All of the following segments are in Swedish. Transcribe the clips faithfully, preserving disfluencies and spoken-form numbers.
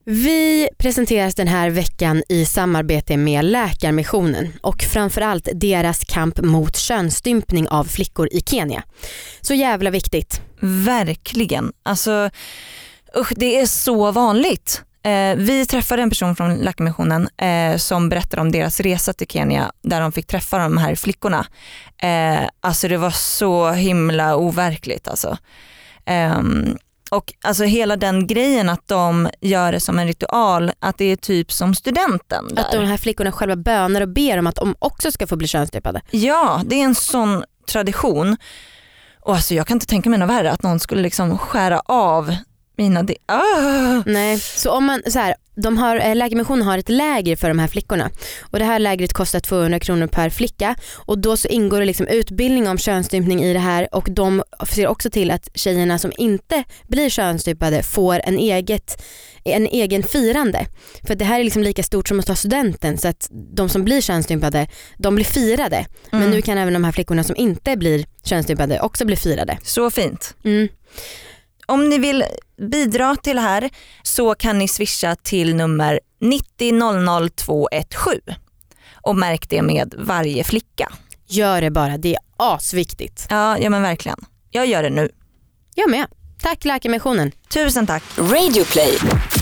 Vi presenteras den här veckan i samarbete med Läkarmissionen och framförallt deras kamp mot könsstympning av flickor i Kenya. Så jävla viktigt. Verkligen. Alltså, usch, det är så vanligt. Eh, vi träffade en person från Läkarmissionen eh, som berättade om deras resa till Kenya där de fick träffa de här flickorna. Eh, alltså det var så himla overkligt alltså. Eh, och alltså hela den grejen att de gör det som en ritual, att det är typ som studenten där. Att de här flickorna själva bönar och ber om att de också ska få bli könsstympade. Ja, det är en sån tradition. Och alltså jag kan inte tänka mig något värre att någon skulle liksom skära av mina de- ah. Nej, så om man så här, de har Läkarmissionen har ett läger för de här flickorna och det här lägret kostar tvåhundra kronor per flicka och då så ingår det liksom utbildning om könsstympning i det här och de ser också till att tjejerna som inte blir könsstympade får en eget en egen firande. För det här är liksom lika stort som att ta studenten, så att de som blir könsstympade, de blir firade. Mm. Men nu kan även de här flickorna som inte blir könsstympade också bli firade. Så fint. Mm. Om ni vill bidra till det här så kan ni swisha till nummer nittio noll noll två ett sju och märk det med varje flicka. Gör det bara, det är asviktigt. Ja, ja men verkligen. Jag gör det nu. Jag med. Tack Läkarmissionen. Tusen tack. Radioplay.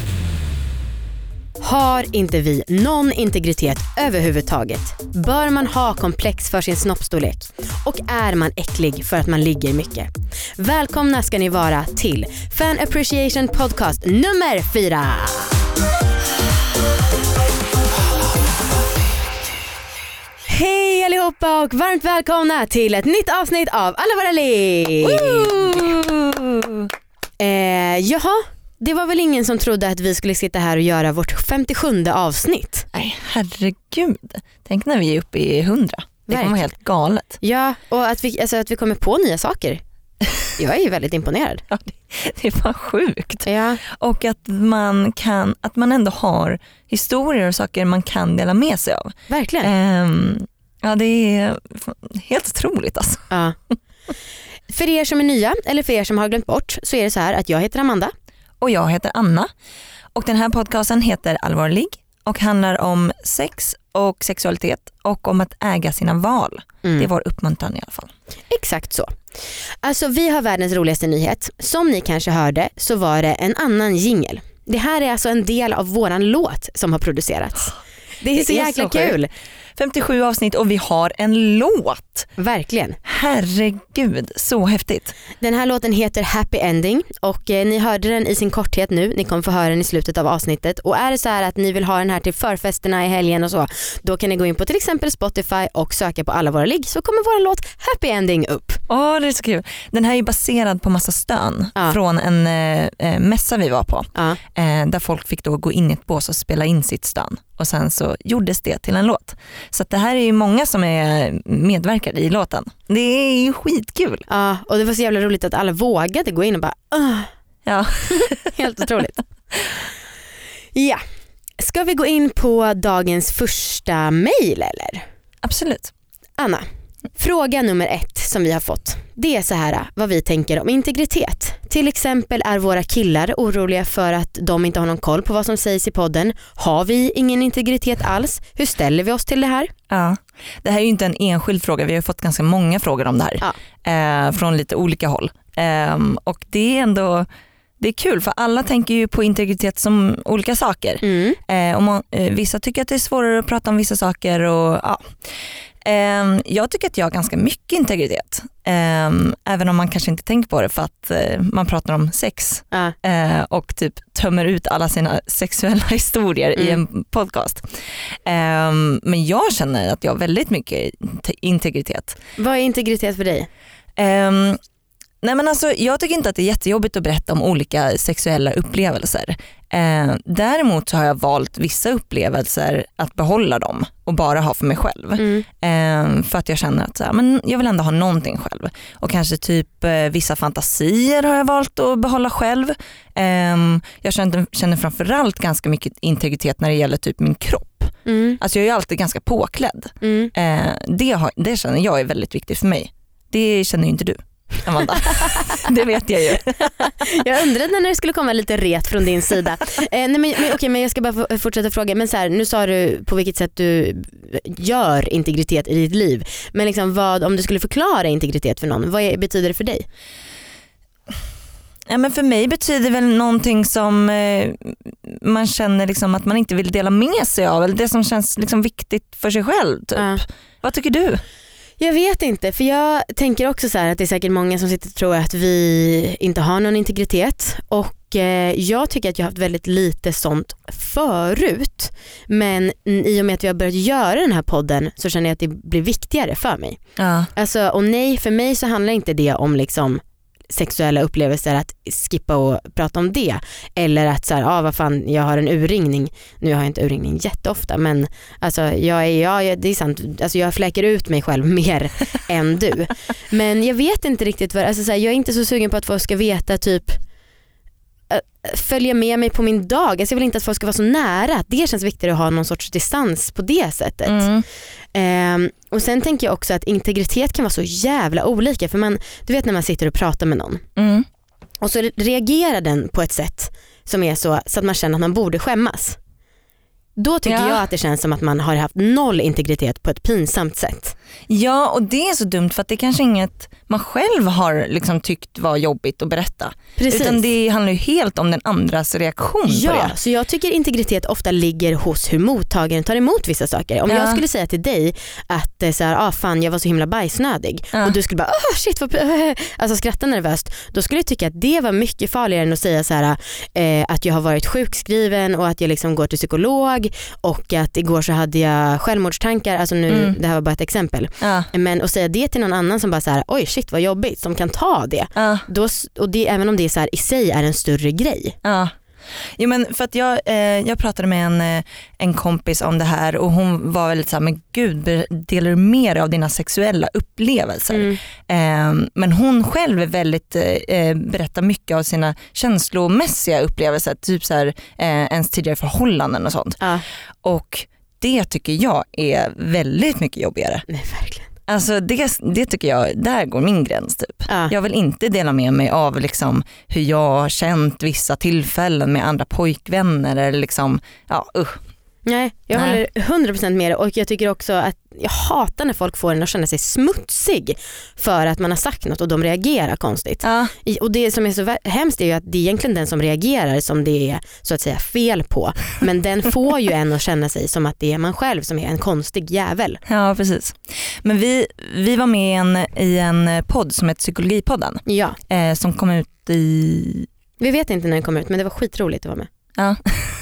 Har inte vi någon integritet överhuvudtaget? Bör man ha komplex för sin snoppstorlek? Och är man äcklig för att man ligger mycket? Välkomna ska ni vara till Fan Appreciation Podcast nummer fyra. Hej allihopa och varmt välkomna till ett nytt avsnitt av Alla våra ligg. Eh, jaha. Det var väl ingen som trodde att vi skulle sitta här och göra vårt femtiosjunde avsnitt. Nej, herregud. Tänk när vi är uppe i hundra. Det kommer vara helt galet. Ja, och att vi, alltså att vi kommer på nya saker. Jag är ju väldigt imponerad. Ja, det, det är fan sjukt. Ja. Och att man kan, att man ändå har historier och saker man kan dela med sig av. Verkligen. Um, ja, det är helt otroligt alltså. Ja. För er som är nya eller för er som har glömt bort så är det så här att jag heter Amanda. Och jag heter Anna. Och den här podcasten heter Allvarlig och handlar om sex och sexualitet och om att äga sina val. Mm. Det är vår uppmuntran i alla fall. Exakt så. Alltså vi har världens roligaste nyhet. Som ni kanske hörde så var det en annan jingle. Det här är alltså en del av våran låt som har producerats. Det är så det är jäkla så kul. femtiosju avsnitt och vi har en låt. Verkligen. Herregud, så häftigt. Den här låten heter Happy Ending och eh, ni hörde den i sin korthet nu. Ni kommer få höra den i slutet av avsnittet. Och är det så här att ni vill ha den här till förfesterna i helgen och så, då kan ni gå in på till exempel Spotify och söka på Alla våra ligg så kommer vår låt Happy Ending upp. Åh, det är så kul. Den här är baserad på massa stön ja. från en eh, mässa vi var på. Ja. Eh, där folk fick då gå in i ett bås och spela in sitt stön. Och sen så gjordes det till en låt. Så att det här är ju många som är medverkade i låten. Det är ju skitkul. Ja, och det var så jävla roligt att alla vågade gå in och bara uh. Ja. Helt otroligt. Ja. Ska vi gå in på dagens första mejl eller? Absolut. Anna, fråga nummer ett som vi har fått. Det är så här vad vi tänker om integritet. Till exempel är våra killar oroliga för att de inte har någon koll på vad som sägs i podden. Har vi ingen integritet alls? Hur ställer vi oss till det här? Ja, det här är ju inte en enskild fråga. Vi har fått ganska många frågor om det här. Ja. Eh, från lite olika håll. Eh, och det är ändå... Det är kul för alla tänker ju på integritet som olika saker. Mm. Eh, och man, eh, vissa tycker att det är svårare att prata om vissa saker. Och, ja. eh, jag tycker att jag har ganska mycket integritet. Eh, även om man kanske inte tänker på det för att eh, man pratar om sex. Ja. Eh, och typ tömmer ut alla sina sexuella historier mm. i en podcast. Eh, men jag känner att jag har väldigt mycket integritet. Vad är integritet för dig? Eh, Nej men alltså, jag tycker inte att det är jättejobbigt att berätta om olika sexuella upplevelser. Eh, däremot så har jag valt vissa upplevelser att behålla dem och bara ha för mig själv. Mm. Eh, för att jag känner att så här, men jag vill ändå ha någonting själv. Och kanske typ eh, vissa fantasier har jag valt att behålla själv. Eh, jag känner, känner framförallt ganska mycket integritet när det gäller typ min kropp. Mm. Alltså jag är alltid ganska påklädd. Mm. Eh, det, har, det känner jag är väldigt viktigt för mig. Det känner ju inte du. Amanda. Det vet jag ju. Jag undrade när det skulle komma lite ret från din sida. Eh, nej men, men, okej, men jag ska bara fortsätta fråga. Men så här, nu sa du på vilket sätt du gör integritet i ditt liv. Men liksom vad, om du skulle förklara integritet för någon, vad är, betyder det för dig? Ja, men för mig betyder väl någonting som eh, man känner liksom att man inte vill dela med sig av. Eller det som känns liksom viktigt för sig själv. Typ. Ja. Vad tycker du? Jag vet inte, för jag tänker också så här att det är säkert många som sitter och tror att vi inte har någon integritet. Och eh, jag tycker att jag har haft väldigt lite sånt förut. Men i och med att vi har börjat göra den här podden så känner jag att det blir viktigare för mig. Ja. Alltså, och nej, för mig så handlar inte det om liksom sexuella upplevelser, att skippa och prata om det, eller att så här, ah, vad fan, jag har en urringning. Nu har jag inte urringning jätteofta, men alltså jag är jag, det är sant, alltså jag fläker ut mig själv mer än du. Men jag vet inte riktigt vad, alltså så här, jag är inte så sugen på att folk ska veta typ följa med mig på min dag. Alltså jag vill inte att folk ska vara så nära. Det känns viktigare att ha någon sorts distans på det sättet. Mm. Um, och sen tänker jag också att integritet kan vara så jävla olika. För man, du vet när man sitter och pratar med någon. Mm. Och så reagerar den på ett sätt som är så, så att man känner att man borde skämmas. Då tycker ja. jag att det känns som att man har haft noll integritet på ett pinsamt sätt. Ja, och det är så dumt för att det är kanske inget man själv har liksom tyckt var jobbigt att berätta. Precis. Utan det handlar ju helt om den andras reaktion ja, på det. Så jag tycker integritet ofta ligger hos hur mottagaren tar emot vissa saker. Om ja. jag skulle säga till dig att så här, ah, fan, jag var så himla bajsnödig ja. och du skulle bara oh, shit, vad alltså skratta nervöst, då skulle jag tycka att det var mycket farligare än att säga så här, eh, att jag har varit sjukskriven och att jag liksom går till psykolog och att igår så hade jag självmordstankar, alltså nu, mm. det här var bara ett exempel. Ja. Men att säga det till någon annan som bara så här, oj shit vad jobbigt, som kan ta det. Ja. Då, och det, även om det är så här, i sig är en större grej. Ja. Jo, men för att jag, eh, jag pratade med en, en kompis om det här och hon var väldigt så här, men gud, delar du mer av dina sexuella upplevelser? Mm. Eh, men hon själv är väldigt, eh, berättar mycket av sina känslomässiga upplevelser, typ så här, eh, ens tidigare förhållanden och sånt. Ja. Och det tycker jag är väldigt mycket jobbigare. Nej, verkligen. Alltså det, det tycker jag, där går min gräns typ. Ja. Jag vill inte dela med mig av liksom hur jag har känt vissa tillfällen med andra pojkvänner eller liksom, ja usch. Nej, jag Nej. håller hundra procent med och jag tycker också att jag hatar när folk får en att känna sig smutsig för att man har sagt något och de reagerar konstigt. Ja. Och det som är så hemskt är ju att det är egentligen den som reagerar som det är så att säga fel på. Men den får ju en att känna sig som att det är man själv som är en konstig jävel. Ja, precis. Men vi, vi var med i en, i en podd som heter Psykologipodden. Ja. Eh, som kom ut i... Vi vet inte när den kom ut, men det var skitroligt att vara med. Ja.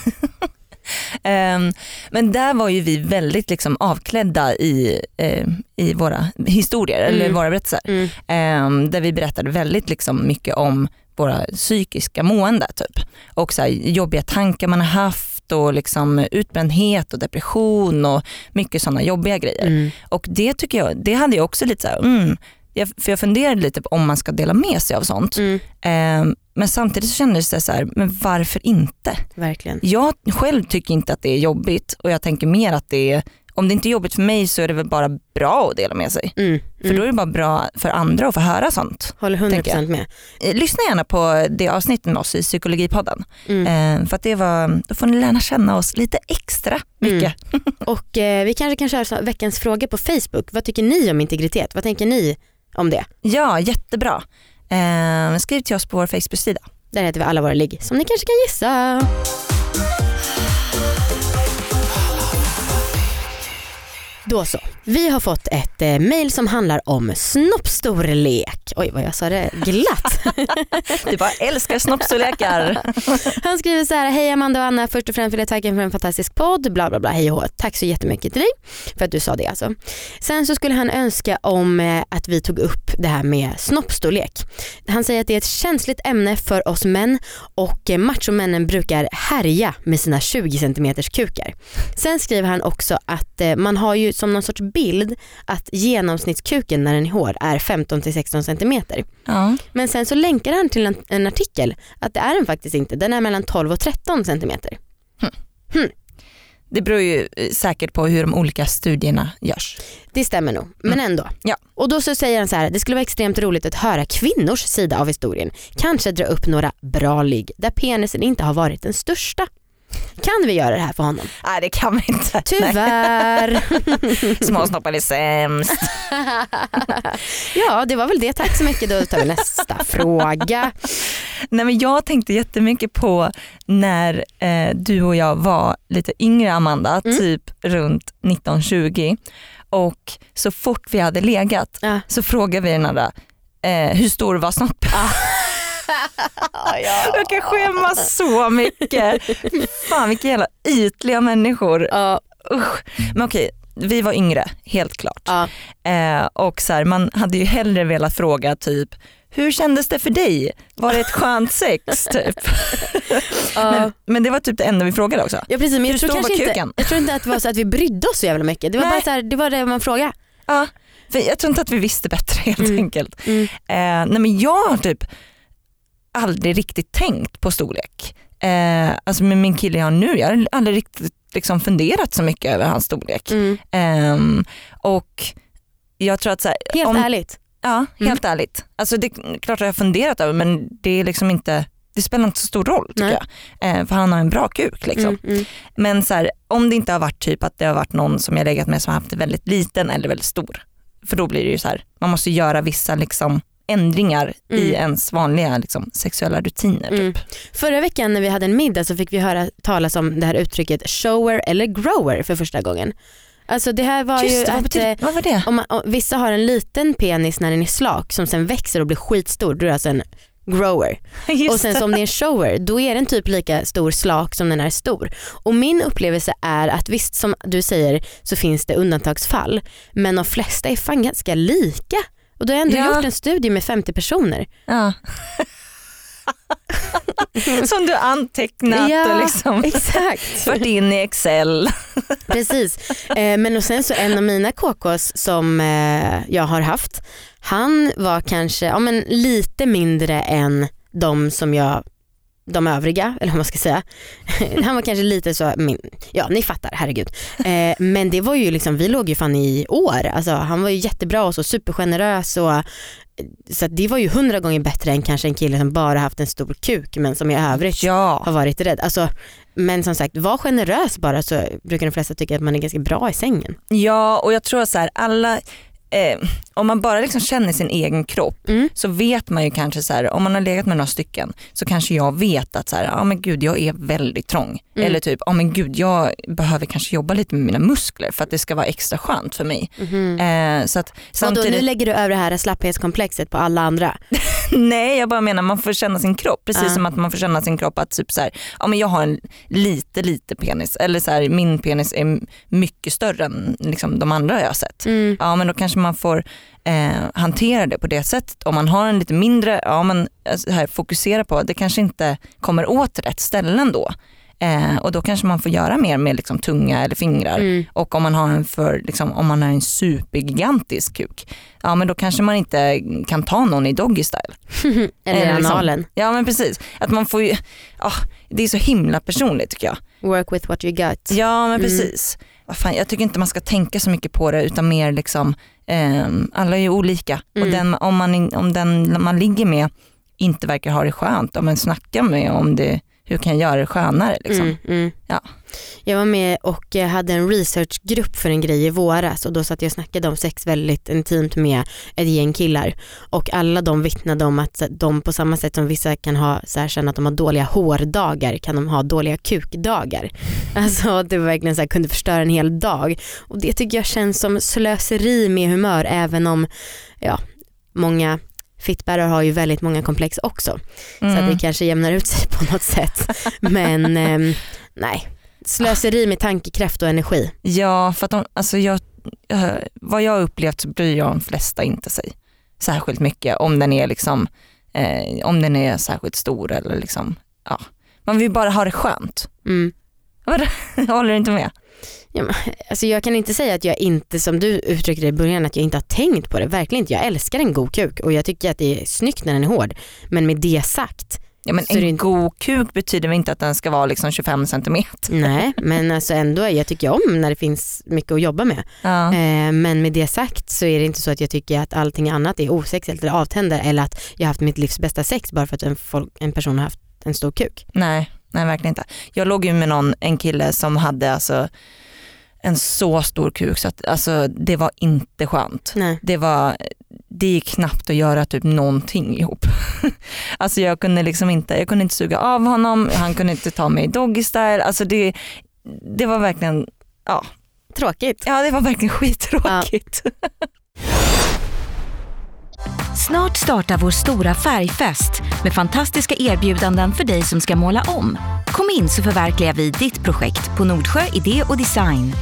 Um, men där var ju vi väldigt liksom avklädda i, uh, i våra historier mm. eller våra berättelser. Mm. Um, där vi berättade väldigt liksom mycket om våra psykiska mående typ. Och så här, jobbiga tankar man har haft och liksom utbrändhet och depression och mycket sådana jobbiga grejer. Mm. Och det tycker jag, det hade jag också lite så här, mm, jag, för jag funderade lite på om man ska dela med sig av sånt. Mm. Um, Men samtidigt så kändes det så här, men varför inte? Verkligen. Jag själv tycker inte att det är jobbigt och jag tänker mer att det är, om det inte är jobbigt för mig så är det väl bara bra att dela med sig. Mm, mm. För då är det bara bra för andra att få höra sånt. Håller hundra procent med. Lyssna gärna på det avsnittet med oss i Psykologipodden. Mm. Eh, för att det var, då får ni lära känna oss lite extra mycket. Mm. Och eh, vi kanske kan köra veckans fråga på Facebook. Vad tycker ni om integritet? Vad tänker ni om det? Ja, jättebra. Eh, skriv till oss på vår Facebook-sida. Där heter vi alla våra ligg, som ni kanske kan gissa. Då så. Vi har fått ett eh, mejl som handlar om snoppstorlek. Oj, vad jag sa det glatt. Du bara älskar snoppstorlekar. Han skriver så här: hej Amanda och Anna, först och främst vill jag tacka för en fantastisk podd, bla bla bla, hej och hå. Tack så jättemycket till dig för att du sa det alltså. Sen så skulle han önska om eh, att vi tog upp det här med snoppstorlek. Han säger att det är ett känsligt ämne för oss män och eh, machomännen brukar härja med sina tjugo centimeters kukar. Sen skriver han också att eh, man har ju som någon sorts bild att genomsnittskuken när den är hård är femton till sexton centimeter. Ja. Men sen så länkar han till en, en artikel att det är den faktiskt inte. Den är mellan tolv och tretton centimeter. Hmm. Hmm. det beror ju säkert på hur de olika studierna görs. Det stämmer nog, men Mm. ändå. Ja. Och då så säger han så här: det skulle vara extremt roligt att höra kvinnors sida av historien. Kanske dra upp några bra ligg där penisen inte har varit den största. Kan vi göra det här för honom? Nej, det kan vi inte. Tyvärr. Småsnoppar är sämst. Ja, det var väl det. Tack så mycket. Då tar vi nästa fråga. Nej, men jag tänkte jättemycket på när eh, du och jag var lite yngre, Amanda, Mm. typ runt nitton tjugo, och så fort vi hade legat Ja. så frågade vi den andra, eh, hur stor var snoppen? Ja. Jag kan skämmas så mycket. Fan, vilka jävla ytliga människor. Ja. Usch. Men okej, vi var yngre, helt klart. Ja. Eh, och så här, man hade ju hellre velat fråga typ, hur kändes det för dig? Var det ett skönt sex? Typ. Ja. men, men det var typ det enda vi frågade också. Ja, precis, men jag Hur tror, stor kanske var inte, kuken? jag tror inte att det var så att vi brydde oss så jävla mycket. Det var Nej. bara så här, det var det man frågade. Ja, för jag tror inte att vi visste bättre, helt Mm. enkelt. Mm. Eh, nej, men jag har typ aldrig riktigt tänkt på storlek. Eh, alltså med min kille jag har nu, jag har aldrig riktigt liksom funderat så mycket över hans storlek. Mm. Eh, och jag tror att så här, Helt om, ärligt. ja, helt Mm. ärligt. Alltså det är klart att jag har funderat över, men det är liksom inte, det spelar inte så stor roll, tycker Nej. jag. Eh, för han har en bra kuk liksom. Mm. Mm. Men så här, om det inte har varit typ att det har varit någon som jag legat med som har haft en väldigt liten eller väldigt stor. För då blir det ju så här, man måste göra vissa liksom ändringar Mm. i ens vanliga liksom sexuella rutiner typ. Mm. Förra veckan när vi hade en middag så fick vi höra talas om det här uttrycket shower eller grower för första gången. Alltså det här var Just ju det, vad, att betyder, eh, vad var det? om man, om, vissa har en liten penis när den är slak som sen växer och blir skitstor. Då är det alltså en grower. Just Och sen det. så om det är en shower, då är den typ lika stor slak som den är stor. Och min upplevelse är att visst, som du säger, så finns det undantagsfall. Men de flesta är fan ganska lika. Och då har jag ändå Ja. gjort en studie med femtio personer. Ja. Som du antecknat Ja, och liksom exakt. fört in i Excel. Precis. Eh, men och sen så en av mina K Ks som eh, jag har haft, han var kanske ja, men lite mindre än de som jag de övriga, eller vad man ska säga. Han var kanske lite så, min, ja ni fattar, herregud. Eh, men det var ju liksom, vi låg ju fan i år. Alltså, han var ju jättebra och så supergenerös och så att det var ju hundra gånger bättre än kanske en kille som bara haft en stor kuk men som i övrigt Ja. har varit rädd. Alltså, men som sagt, var generös bara, så brukar de flesta tycka att man är ganska bra i sängen. Ja, och jag tror så här, alla eh, om man bara liksom känner sin egen kropp Mm. så vet man ju kanske så här, om man har legat med några stycken så kanske jag vet att så här, ja men gud jag är väldigt trång. Mm. Eller typ, ja men gud jag behöver kanske jobba lite med mina muskler för att det ska vara extra skönt för mig. Mhm. Eh, så att Och då, samtidigt, nu lägger du över det här slapphetskomplexet på alla andra. nej jag bara menar man får känna sin kropp precis Ja. som att man får känna sin kropp att typ så här, ja men jag har en lite lite penis eller så här, min penis är mycket större än liksom de andra jag har sett. Mm. Ja men då kanske man får eh, hantera det på det sättet. Om man har en lite mindre, ja men alltså, här, fokusera på, det kanske inte kommer åt rätt ställen då. Eh, och då kanske man får göra mer med liksom, tunga eller fingrar. Mm. Och om man har en för, liksom, om man har en supergigantisk kuk, ja men då kanske man inte kan ta någon i doggy style. Eller Eller liksom- analen. Ja men precis, att man får ju, ja, det är så himla personligt tycker jag. Work with what you got. Ja men Mm. precis. Vad fan, jag tycker inte man ska tänka så mycket på det utan mer liksom, ehm, alla är ju olika. Mm. Och den, om, man, in- om den man ligger med inte verkar ha det skönt, om man snackar med om det, hur kan jag göra det skönare liksom. Mm, mm. Ja. Jag var med och eh, hade en researchgrupp för en grej i våras och då satt jag och snackade om sex väldigt intimt med ett gäng killar och alla de vittnade om att de på samma sätt som vissa kan ha så här, känna att de har dåliga hårdagar kan de ha dåliga kukdagar. Alltså det var verkligen så här, kunde förstöra en hel dag och det tycker jag känns som slöseri med humör, även om ja, många fittbärare har ju väldigt många komplex också. Mm. Så att det kanske jämnar ut sig på något sätt. Men ehm, nej, slöseri med tankekraft och energi. Ja, för att de, alltså jag, eh, vad jag har upplevt så bryr jag de flesta inte sig särskilt mycket om den är liksom, eh, om den är särskilt stor eller liksom, ja. Man vill bara ha det skönt. Mm. Jag håller inte med. Ja, men, alltså jag kan inte säga att jag inte, som du uttryckte det i början, att jag inte har tänkt på det. Verkligen inte. Jag älskar en god kuk och jag tycker att det är snyggt när den är hård. Men med det sagt, Ja, men Så en det- god kuk betyder väl inte att den ska vara liksom tjugofem centimeter. Nej, men alltså ändå, jag tycker om när det finns mycket att jobba med. Ja. Eh, men med det sagt så är det inte så att jag tycker att allting annat är osexigt eller avtänder eller att jag har haft mitt livs bästa sex bara för att en, folk, en person har haft en stor kuk. Nej, nej verkligen inte. Jag låg ju med någon, en kille som hade alltså en så stor kuk så att alltså, det var inte skönt. Nej. Det var det är knappt att göra typ någonting ihop. Alltså jag kunde liksom inte, jag kunde inte suga av honom, han kunde inte ta mig i doggy style. Alltså det, det var verkligen, ja. Tråkigt. Ja, det var verkligen skittråkigt. Ja. Snart startar vår stora färgfest med fantastiska erbjudanden för dig som ska måla om. Kom in så förverkligar vi ditt projekt på Nordsjö Idé och Design.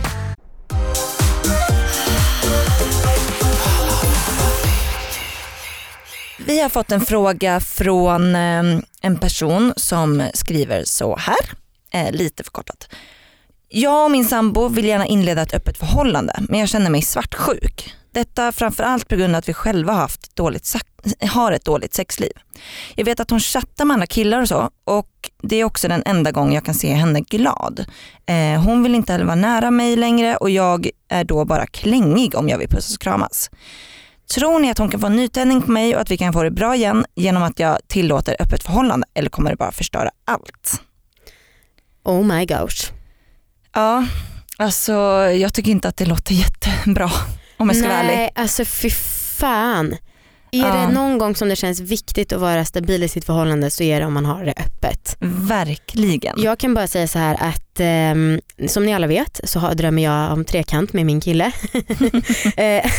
Vi har fått en fråga från eh, en person som skriver så här, eh, lite förkortat. Jag och min sambo vill gärna inleda ett öppet förhållande, men jag känner mig svartsjuk. Detta framförallt på grund av att vi själva har, haft dåligt, har ett dåligt sexliv. Jag vet att hon chattar med andra killar och så, och det är också den enda gång jag kan se henne glad. Eh, hon vill inte heller vara nära mig längre och jag är då bara klängig om jag vill pussas och kramas. Tror ni att hon kan få en nytändning på mig och att vi kan få det bra igen genom att jag tillåter öppet förhållande, eller kommer det bara förstöra allt? Oh my gosh. Ja, alltså jag tycker inte att det låter jättebra om jag ska vara ärlig. Nej, alltså fy fan. Är Ja. det någon gång som det känns viktigt att vara stabil i sitt förhållande så är det om man har det öppet. Verkligen. Jag kan bara säga så här att eh, som ni alla vet så har, drömmer jag om trekant med min kille. Eh,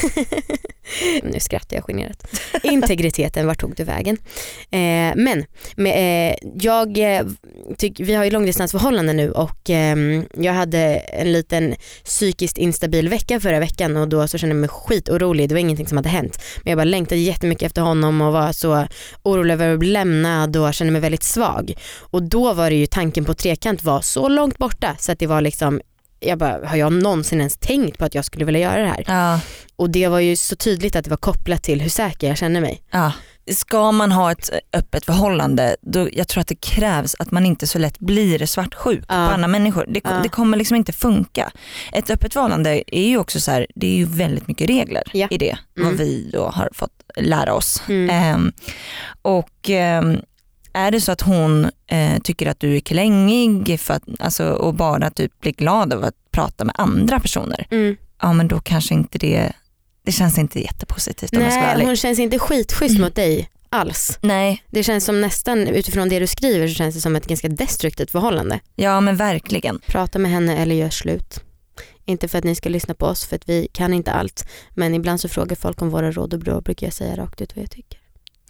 nu skrattar jag generat. Integriteten, vart tog du vägen? Eh, men med, eh, jag eh, tyck, vi har ju långdistansförhållande nu och eh, jag hade en liten psykiskt instabil vecka förra veckan och då så kände jag mig skitorolig. Det var ingenting som hade hänt. Men jag bara längtade jättemycket efter honom och var så orolig över att bli lämnad och kände mig väldigt svag. Och då var det ju tanken på trekant var så långt borta så att det var liksom, jag bara, har jag någonsin ens tänkt på att jag skulle vilja göra det här? Ja. Och det var ju så tydligt att det var kopplat till hur säker jag känner mig. Ja. Ska man ha ett öppet förhållande, då jag tror att det krävs att man inte så lätt blir svartsjuk Ja. på andra människor. Det, Ja. det kommer liksom inte funka. Ett öppet förhållande är ju också så här, det är ju väldigt mycket regler Ja. i det, Mm. vad vi då har fått lära oss. Mm. Ehm, och ehm, är det så att hon eh, tycker att du är klängig för att, alltså, och bara typ blir glad av att prata med andra personer, Mm. ja men då kanske inte det, det känns inte jättepositivt om jag ska vara Nej, ärlig. hon känns inte skitschysst Mm. mot dig alls. Nej, Det känns som nästan, utifrån det du skriver så känns det som ett ganska destruktivt förhållande. ja men verkligen. Prata med henne eller gör slut. Inte för att ni ska lyssna på oss för att vi kan inte allt. Men ibland så frågar folk om våra råd och bra brukar jag säga rakt ut vad jag tycker.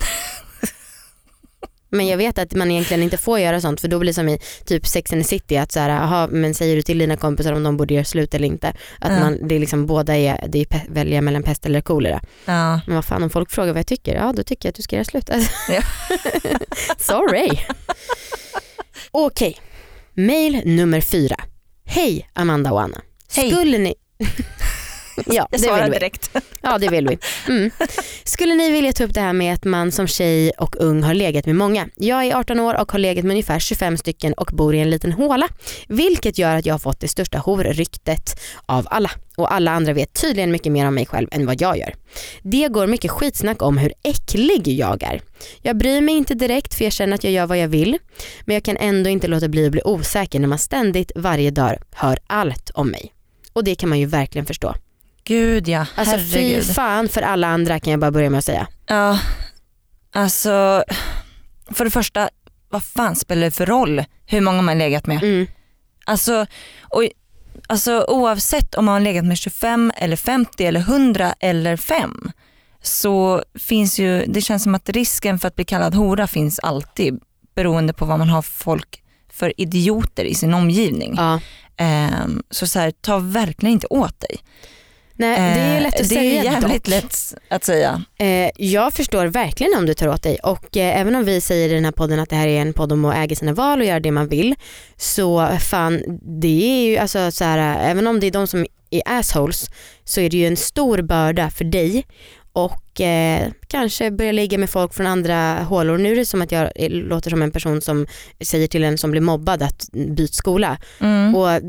Men jag vet att man egentligen inte får göra sånt för då blir det som i typ Sex and the City att så här, aha, men säger du till dina kompisar om de borde göra slut eller inte. Att Ja. man, det är liksom båda är, det är pe- välja mellan pest eller kolera. Ja. Men vad fan, om folk frågar vad jag tycker, ja då tycker jag att du ska göra slut. Alltså. Ja. Sorry. Okej, mail nummer fyra. Hej Amanda och Anna. Hej. Skulle ni... ja, Jag det vill svarar vi. direkt. Ja, det vill vi. Mm. Skulle ni vilja ta upp det här med att man som tjej och ung har legat med många? Jag är arton år och har legat med ungefär tjugofem stycken och bor i en liten håla. Vilket gör att jag har fått det största horryktet av alla. Och alla andra vet tydligen mycket mer om mig själv än vad jag gör. Det går mycket skitsnack om hur äcklig jag är. Jag bryr mig inte direkt för jag känner att jag gör vad jag vill. Men jag kan ändå inte låta bli att bli osäker när man ständigt varje dag hör allt om mig. Och det kan man ju verkligen förstå. Gud ja, Alltså fy herregud. fan för alla andra kan jag bara börja med att säga. Ja, alltså för det första, vad fan spelar det för roll hur många man har legat med? Mm. Alltså, och, alltså oavsett om man har legat med tjugofem eller femtio eller hundra eller fem, så finns ju, det känns som att risken för att bli kallad hora finns alltid beroende på vad man har folk för idioter i sin omgivning. Ja. Um, så, så här, ta verkligen inte åt dig. Nej, det är ju lätt att det säga är jävligt dock. lätt att säga. Eh, jag förstår verkligen om du tar åt dig och eh, även om vi säger i den här podden att det här är en podd om att äga sina val och göra det man vill, så fan, det är ju alltså så här, även om det är de som är assholes så är det ju en stor börda för dig och eh, kanske börja ligga med folk från andra hålor. Nu är det som att jag låter som en person som säger till en som blir mobbad att byta skola. Mm. Och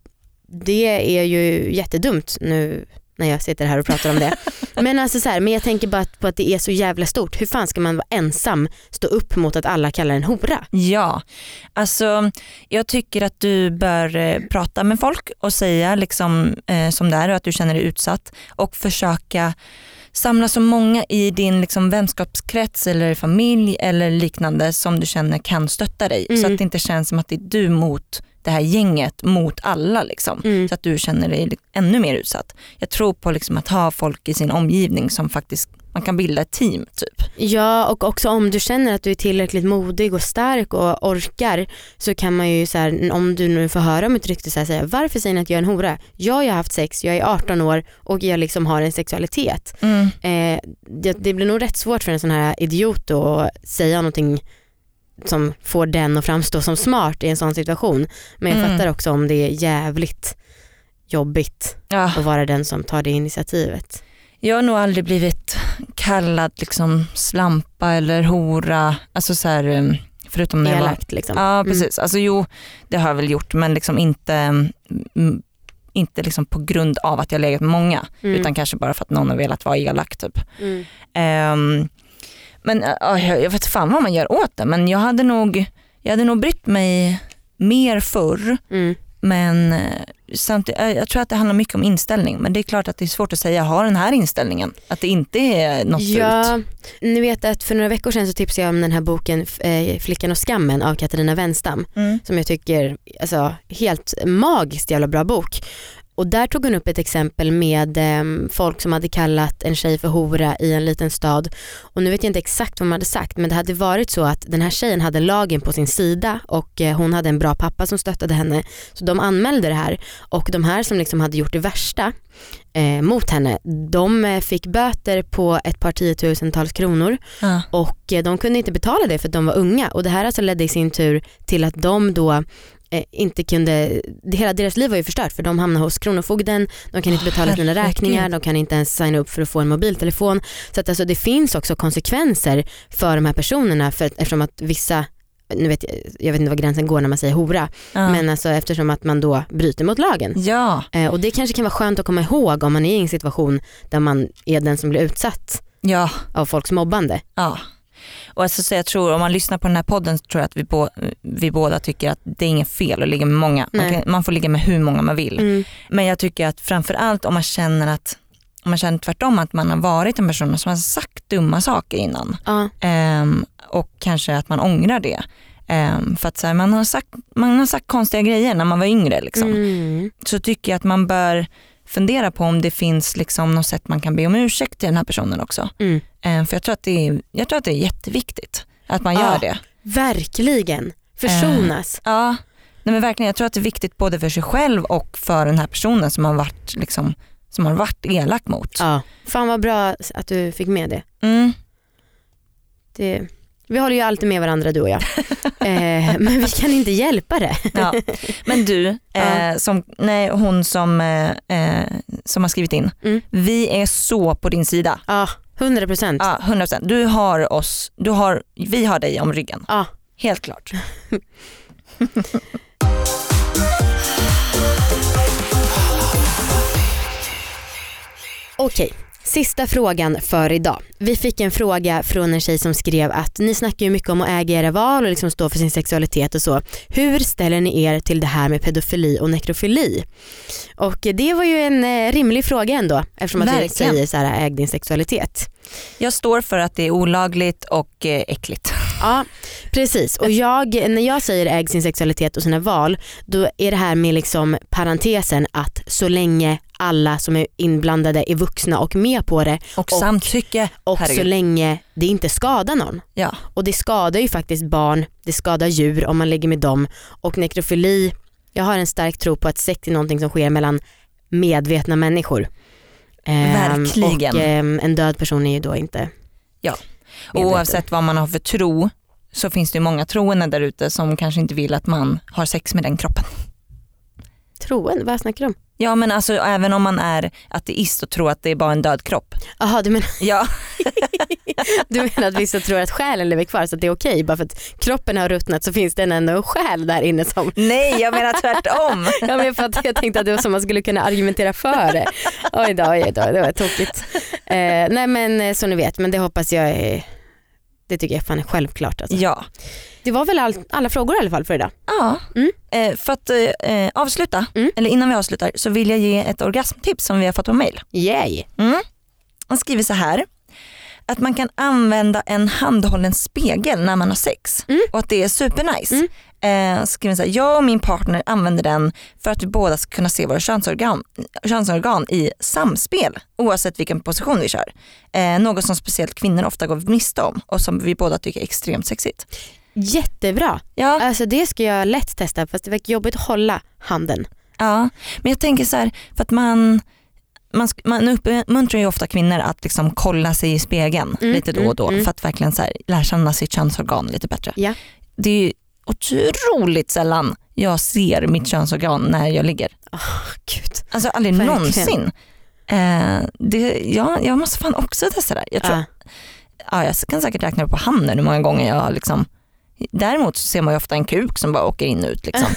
det är ju jättedumt nu när jag sitter här och pratar om det. Men alltså så här, men jag tänker bara på att det är så jävla stort. Hur fan ska man vara ensam stå upp mot att alla kallar en hora? Ja, alltså jag tycker att du bör eh, prata med folk och säga liksom eh, som det är och att du känner dig utsatt och försöka samla så många i din liksom vänskapskrets eller familj eller liknande som du känner kan stötta dig. Mm. Så att det inte känns som att det är du mot det här gänget, mot alla liksom. Mm. Så att du känner dig ännu mer utsatt. Jag tror på liksom att ha folk i sin omgivning som faktiskt, man kan bilda ett team typ. Ja, och också om du känner att du är tillräckligt modig och stark och orkar, så kan man ju så här, om du nu får höra om ett rykte så här, säga, varför säger ni att jag är en hora? Jag, jag har haft sex, jag är arton år och jag liksom har en sexualitet. Mm. Eh, det, det blir nog rätt svårt för en sån här idiot att säga någonting som får den att framstå som smart i en sån situation. Men jag Mm. fattar också om det är jävligt jobbigt Ja. att vara den som tar det initiativet. Jag har nog aldrig blivit kallad liksom slampa eller hora, alltså så här, förutom när jag var... Elakt liksom. Ja, Mm. precis. Alltså jo, det har jag väl gjort, men liksom inte mm, inte liksom på grund av att jag legat med många, Mm. utan kanske bara för att någon har velat vara elak typ. Mm. Um, men uh, jag vet fan vad man gör åt det, men jag hade nog jag hade nog brytt mig mer förr. Mm. Men uh, samtidigt, uh, jag tror att det handlar mycket om inställning, men det är klart att det är svårt att säga jag har den här inställningen, att det inte är något Ja, fult. ni vet att för några veckor sedan så tipsade jag om den här boken eh, Flickan och skammen av Katarina Wenstam, Mm. som jag tycker, alltså, helt magiskt jävla bra bok. Och där tog hon upp ett exempel med eh, folk som hade kallat en tjej för hora i en liten stad. Och nu vet jag inte exakt vad man hade sagt, men det hade varit så att den här tjejen hade lagen på sin sida och eh, hon hade en bra pappa som stöttade henne. Så de anmälde det här, och de här som liksom hade gjort det värsta eh, mot henne, de eh, fick böter på ett par tiotusentals kronor. Ja. Och eh, de kunde inte betala det för att de var unga. Och det här alltså ledde i sin tur till att de då eh, inte kunde, det, hela deras liv var ju förstört, för de hamnar hos kronofogden, de kan inte betala sina herregud. räkningar, de kan inte ens signa upp för att få en mobiltelefon. Så att alltså, det finns också konsekvenser för de här personerna, för, eftersom att vissa, nu vet jag, jag vet inte vad gränsen går när man säger hora, Ja. men alltså eftersom att man då bryter mot lagen. Ja. Eh, och det kanske kan vara skönt att komma ihåg om man är i en situation där man är den som blir utsatt Ja. av folks mobbande. Ja. Och alltså, så jag tror, om man lyssnar på den här podden så tror jag att vi, bo, vi båda tycker att det är inget fel att ligga med många. Man, kan, man får ligga med hur många man vill. Mm. Men jag tycker att framförallt om man känner att om man känner tvärtom, att man har varit en person som har sagt dumma saker innan. Ja. Ehm, och kanske att man ångrar det. Ehm, för att så här, man, har sagt, man har sagt konstiga grejer när man var yngre. Liksom. Mm. Så tycker jag att man bör fundera på om det finns liksom något sätt man kan be om ursäkt till den här personen också. Mm. Ehm, för jag tror, att det är, jag tror att det är jätteviktigt att man gör Ja. det. Verkligen. Försonas. Ja, nej men verkligen. Jag tror att det är viktigt både för sig själv och för den här personen som har varit, liksom, som har varit elak mot. Ja. Fan vad bra att du fick med det. Mm. det vi håller ju alltid med varandra, du och jag. eh, men vi kan inte hjälpa det. Ja. Men du, eh, som, nej, hon som, eh, eh, som har skrivit in, Mm. vi är så på din sida. Ja, hundra procent. Ja, hundra procent. Du har oss, du har, vi har dig om ryggen. Ja. Helt klart. Okej, sista frågan för idag. Vi fick en fråga från en tjej som skrev att ni snackar ju mycket om att äga era val och liksom stå för sin sexualitet och så. Hur ställer ni er till det här med pedofili och nekrofili? Och det var ju en eh, rimlig fråga ändå, eftersom att vi Verkligen. säger så här, äg din sexualitet. Jag står för att det är olagligt och eh, äckligt. Ja, precis. Och jag, när jag säger äg sin sexualitet och sina val, då är det här med liksom parentesen att så länge alla som är inblandade är vuxna och med på det, Och, Och- samtycke. och Herregud. så länge det inte skadar någon. Ja. Och det skadar ju faktiskt barn, det skadar djur om man ligger med dem. Och nekrofili, jag har en stark tro på att sex är någonting som sker mellan medvetna människor. Ehm, Verkligen. Och ehm, en död person är ju då inte Ja. medveten. Oavsett vad man har för tro så finns det ju många troende där ute som kanske inte vill att man har sex med den kroppen. Troende, vad snackar du om? Ja men alltså även om man är ateist och tror att det är bara en död kropp. Jaha, du menar, Ja. du menar att vissa tror att själen lever kvar så att det är okej. Bara för att kroppen har ruttnat så finns det ändå en själ där inne som... Nej, jag menar tvärtom. Ja, men för att jag tänkte att det var så man skulle kunna argumentera för det. Oj då, oj då, det var tokigt. Eh, nej men så ni vet, men det hoppas jag är... Det tycker jag fan är självklart. Alltså. Ja. Det var väl all, alla frågor i alla fall för idag. Ja, Mm. eh, för att eh, avsluta, Mm. eller innan vi avslutar så vill jag ge ett orgasmtips som vi har fått på mail. Yay. Mm. Han skriver så här, att man kan använda en handhållen spegel när man har sex Mm. och att det är supernice. Mm. Eh, skriver så här, jag och min partner använder den för att vi båda ska kunna se våra könsorgan, könsorgan i samspel oavsett vilken position vi kör. Eh, något som speciellt kvinnor ofta går miste om och som vi båda tycker är extremt sexigt. Jättebra. Ja. Alltså det ska jag lätt testa fast det verkar jobbigt att hålla handen. Ja, men jag tänker så här, för att man, man, man uppmuntrar ju ofta kvinnor att liksom kolla sig i spegeln Mm, lite då och då mm, mm. för att verkligen så här, lära känna sitt könsorgan lite bättre. Ja. Det är ju otroligt sällan jag ser mitt könsorgan när jag ligger. Oh, Gud. Alltså aldrig Verkligen. någonsin. Eh, det, ja, jag måste fan också testa det. Jag, tror, Ja. ja, jag kan säkert räkna upp på handen hur många gånger jag liksom. Däremot så ser man ju ofta en kuk som bara åker in och ut liksom.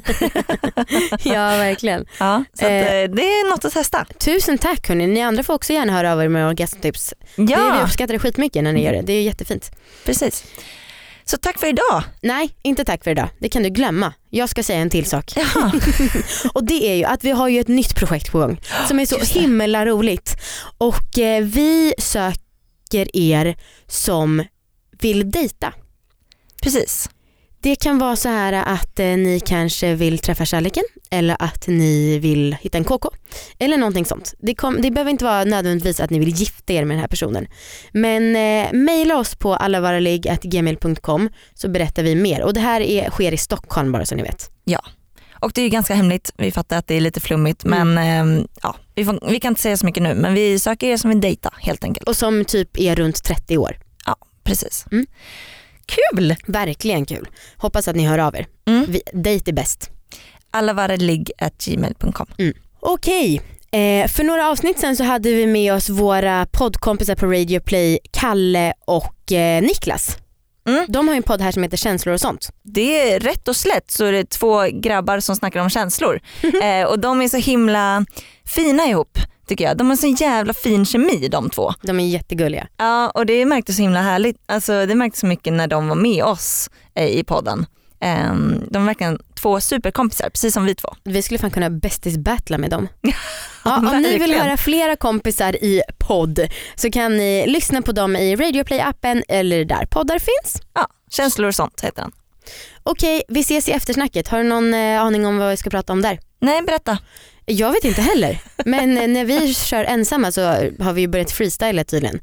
Ja, verkligen. Ja, så att, Eh. eh, det är något att testa. Tusen tack hörni. Ni andra får också gärna höra av er med orgasmtips. Det, vi Ja, uppskattar det skitmycket när ni gör det. Det är jättefint. precis. Så tack för idag. Nej, inte tack för idag. Det kan du glömma. Jag ska säga en till sak. Jaha. Och det är ju att vi har ju ett nytt projekt på gång som är så Just det. himla roligt. Och eh, vi söker er som vill dejta. Precis. Det kan vara så här att eh, ni kanske vill träffa kärleken eller att ni vill hitta en K K eller någonting sånt. Det, kom, det behöver inte vara nödvändigtvis att ni vill gifta er med den här personen. Men eh, mejla oss på allavaraligg at gmail punkt com så berättar vi mer. Och det här är, sker i Stockholm bara så ni vet. Ja. Och det är ju ganska hemligt. Vi fattar att det är lite flummigt. Mm. Men eh, ja, vi, får, vi kan inte säga så mycket nu. Men vi söker er som vill dejta helt enkelt. Och som typ är runt trettio år. Ja, precis. Mm. Kul! Verkligen kul. Hoppas att ni hör av er. Mm. Vi, dejt är bäst. allavaraligg at gmail punkt com. Mm. Okej, eh, för några avsnitt sen så hade vi med oss våra poddkompisar på Radio Play, Kalle och eh, Niklas. Mm. De har ju en podd här som heter Känslor och sånt. Det är rätt och slätt så är det två grabbar som snackar om känslor. eh, och de är så himla fina ihop tycker jag. De har så jävla fin kemi de två. De är jättegulliga. Ja, och det märktes så himla härligt. Alltså, det märktes så mycket när de var med oss eh, i podden. Eh, de är verkligen två superkompisar, precis som vi två. Vi skulle fan kunna bästis-battla med dem. Ja, om ni vill verkligen. höra flera kompisar i podd så kan ni lyssna på dem i Radio Play-appen eller där poddar finns. Ja, känslor och sånt heter den. Okej, vi ses i eftersnacket. Har du någon eh, aning om vad vi ska prata om där? Nej, berätta. Jag vet inte heller. Men eh, när vi kör ensamma så har vi ju börjat freestyla tydligen.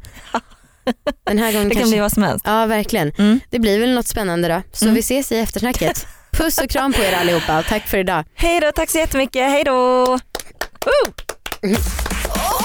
Den här gången Det kan kanske... bli vad som helst. Ja, verkligen. Mm. Det blir väl något spännande då. Så Mm. vi ses i eftersnacket. Puss och kram på er allihopa och tack för idag. Hej då, tack så jättemycket. Hej då! Woo!